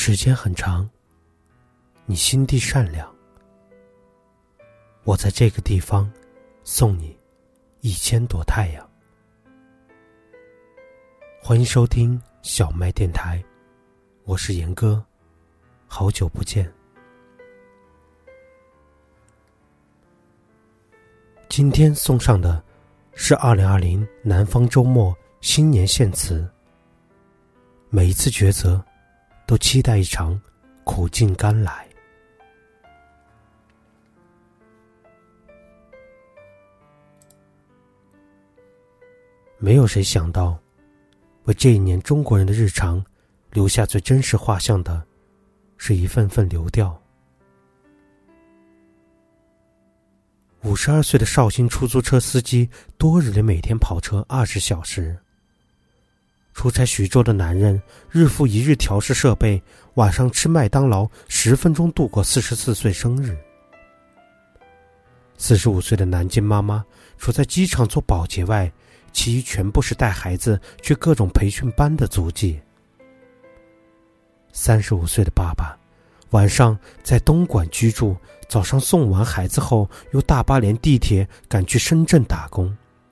时间很长，你心地善良，我在这个地方送你1000朵太阳。欢迎收听小麦电台，我是严哥，好久不见。今天送上的是2020南方周末新年献词。每一次抉择都期待一场苦尽甘来。没有谁想到，为这一年中国人的日常留下最真实画像的是一份份流调。52岁的绍兴出租车司机多日里每天跑车20小时。出差徐州的男人日复一日调试设备，晚上吃麦当劳10分钟度过44岁生日。45岁的南京妈妈除在机场做保洁外，其余全部是带孩子去各种培训班的足迹。35岁的爸爸晚上在东莞居住，早上送完孩子后又大巴连地铁赶去深圳打工。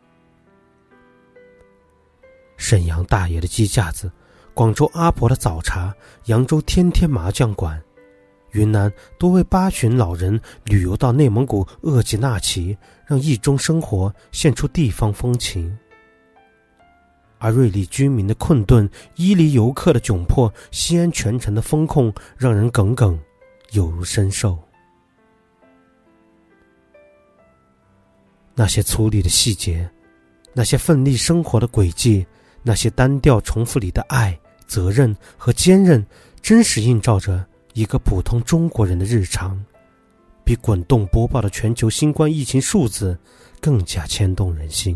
沈阳大爷的鸡架子，广州阿婆的早茶，扬州天天麻将馆，云南多位八旬老人旅游到内蒙古额济纳旗，让驿中生活现出地方风情。而瑞丽居民的困顿，伊犁游客的窘迫，西安全城的风控，让人耿耿有如深受。那些粗粝的细节，那些奋力生活的轨迹，那些单调重复里的爱、责任和坚韧，真实映照着一个普通中国人的日常，比滚动播报的全球新冠疫情数字更加牵动人心。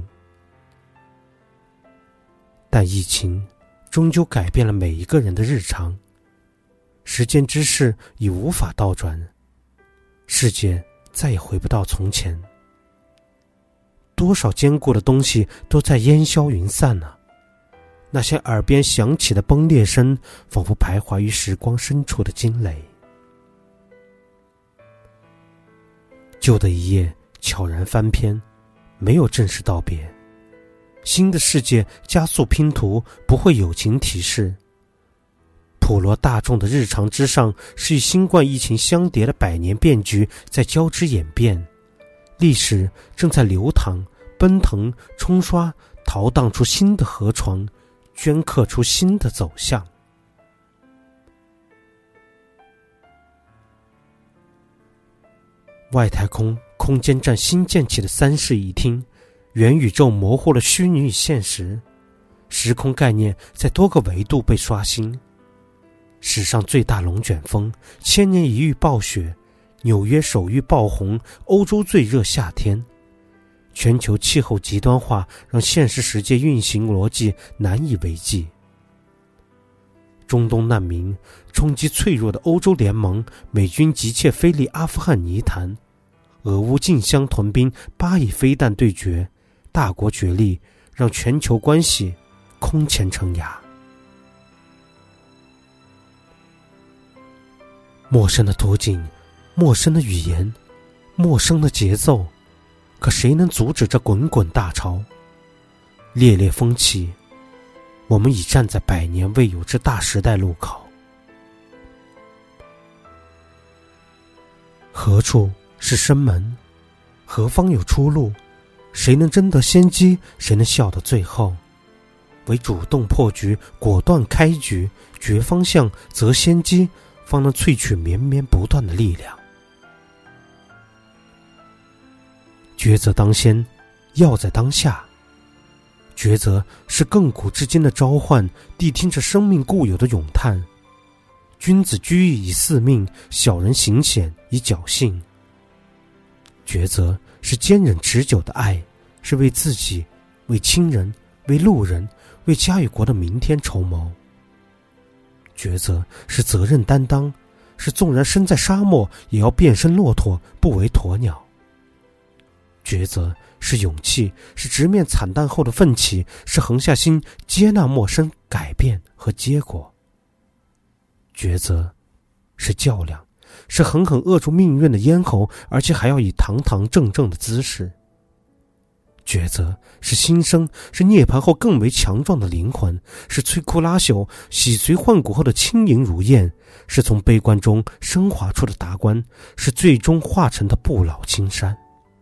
但疫情终究改变了每一个人的日常，时间之势已无法倒转，世界再也回不到从前。多少坚固的东西都在烟消云散啊！那些耳边响起的崩裂声，仿佛徘徊于时光深处的惊雷。旧的一页悄然翻篇，没有正式道别。新的世界加速拼图，不会友情提示。普罗大众的日常之上，是与新冠疫情相叠的百年变局在交织演变，历史正在流淌、奔腾、冲刷，逃荡出新的河床，镌刻出新的走向。外太空空间站新建起的3室一厅，元宇宙模糊了虚拟与现实，时空概念在多个维度被刷新。史上最大龙卷风，1000年一遇暴雪，纽约首遇爆红，欧洲最热夏天。全球气候极端化让现实世界运行逻辑难以为继。中东难民冲击脆弱的欧洲联盟，美军急切飞离阿富汗泥潭，俄乌竞相屯兵，巴以飞弹对决，大国角力让全球关系空前成崖。陌生的图景，陌生的语言，陌生的节奏，可谁能阻止这滚滚大潮？烈烈风起，我们已站在100年未有之大时代路口。何处是生门？何方有出路？谁能争得先机？谁能笑到最后？唯主动破局，果断开局，决方向，择先机，方能萃取绵绵不断的力量。抉择当先，要在当下。抉择是亘古至今的召唤，谛听着生命固有的咏叹。君子居易以四命，小人行险以侥幸。抉择是坚忍持久的爱，是为自己、为亲人、为路人、为家与国的明天筹谋。抉择是责任担当，是纵然身在沙漠，也要变身骆驼，不为鸵鸟。抉择是勇气，是直面惨淡后的奋起，是横下心接纳陌生改变和结果。 抉择是较量，是狠狠扼住命运的咽喉，而且还要以堂堂正正的姿势。抉择是新生，是涅槃后更为强壮的灵魂，是摧枯拉朽、洗髓换骨后的轻盈如燕，是从悲观中升华出的达观，是最终化成的不老青山。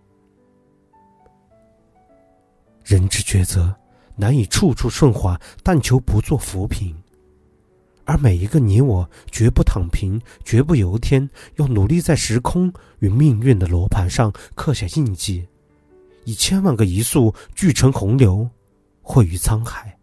人之抉择难以处处顺滑，但求不做浮萍。而每一个你我绝不躺平，绝不由天，要努力在时空与命运的罗盘上刻下印记，以千万个一粟聚成洪流，汇于沧海。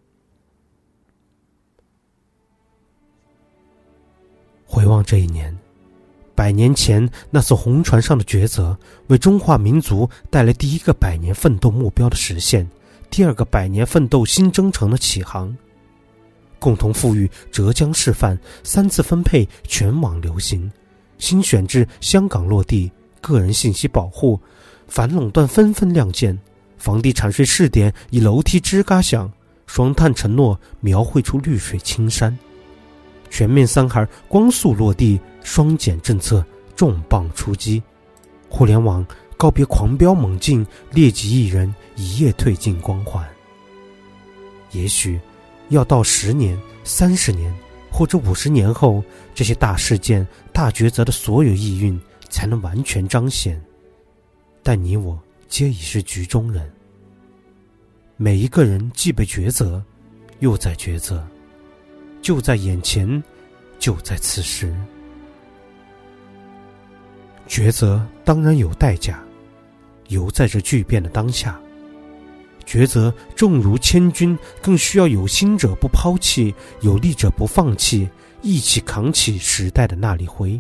回望这一年，100年前那艘红船上的抉择，为中华民族带来第一个100年奋斗目标的实现，第二个100年奋斗新征程的起航。共同富裕浙江示范，3次分配全网流行，新选制香港落地，个人信息保护，反垄断纷纷亮剑，房地产税试点以楼梯吱嘎响，双碳承诺描绘出绿水青山，全面3孩光速落地，双减政策重磅出击，互联网告别狂飙猛进，劣迹艺人一夜褪尽光环。也许要到10年、30年或者50年后，这些大事件、大抉择的所有意蕴才能完全彰显。但你我皆已是局中人，每一个人既被抉择，又在抉择，就在眼前，就在此时。抉择当然有代价，犹在这巨变的当下。抉择重如千钧，更需要有心者不抛弃，有力者不放弃，一起扛起时代的那粒灰。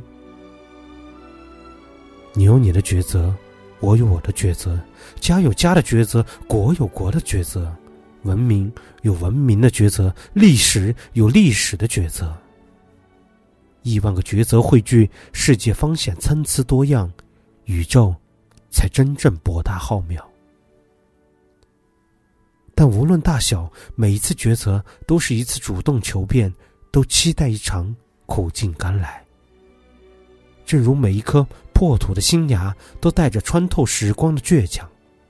你有你的抉择，我有我的抉择，家有家的抉择，国有国的抉择，文明有文明的抉择，历史有历史的抉择。亿万个抉择汇聚，世界方显参差多样，宇宙才真正博大浩渺。但无论大小，每一次抉择都是一次主动求变，都期待一场苦尽甘来。正如每一颗破土的新芽，都带着穿透时光的倔强。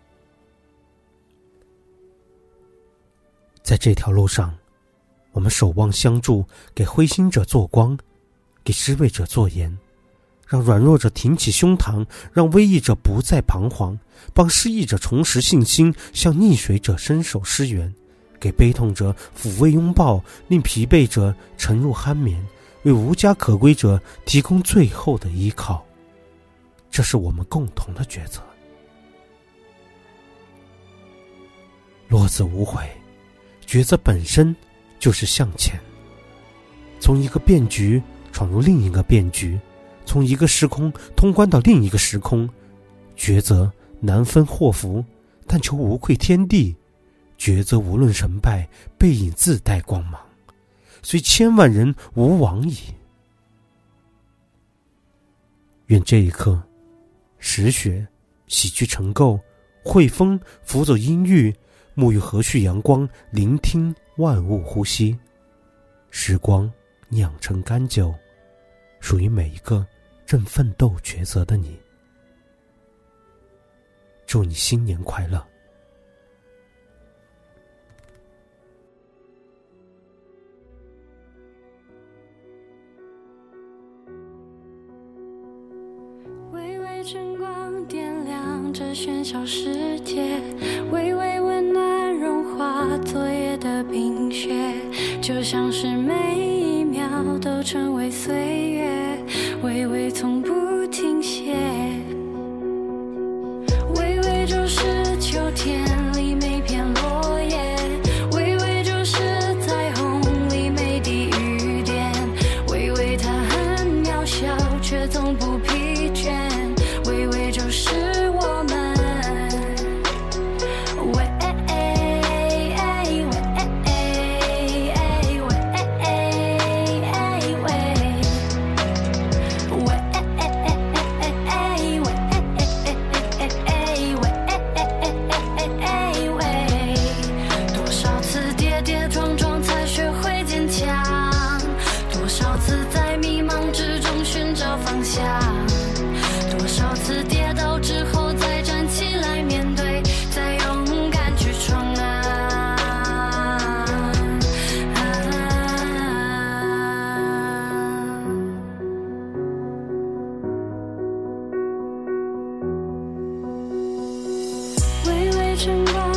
在这条路上，我们守望相助，给灰心者做光，给失位者做盐，让软弱者挺起胸膛，让威毅者不再彷徨，帮失意者重拾信心，向溺水者伸手施援，给悲痛者抚慰拥抱，令疲惫者沉入酣眠，为无家可归者提供最后的依靠。这是我们共同的抉择。落子无悔，抉择本身就是向前，从一个变局闯入另一个变局，从一个时空通关到另一个时空。抉择难分祸福，但求无愧天地。抉择无论成败，背影自带光芒，虽千万人吾往矣。愿这一刻，拾雪洗去尘垢，汇风拂走阴郁，沐浴和煦阳光，聆听万物呼吸。时光酿成甘酒，属于每一个正奋斗抉择的你。祝你新年快乐。 微微晨光点亮这喧嚣世界，微微温暖融化昨夜的冰雪，就像是每一秒都成为岁月，微微从不停歇。微微就是秋天里每片落叶，微微就是彩虹里每滴雨点，微微它很渺小，却从不疲倦，微微就是我们。多少次方向，多少次跌倒之后再站起来面对，再勇敢去闯啊！微微晨光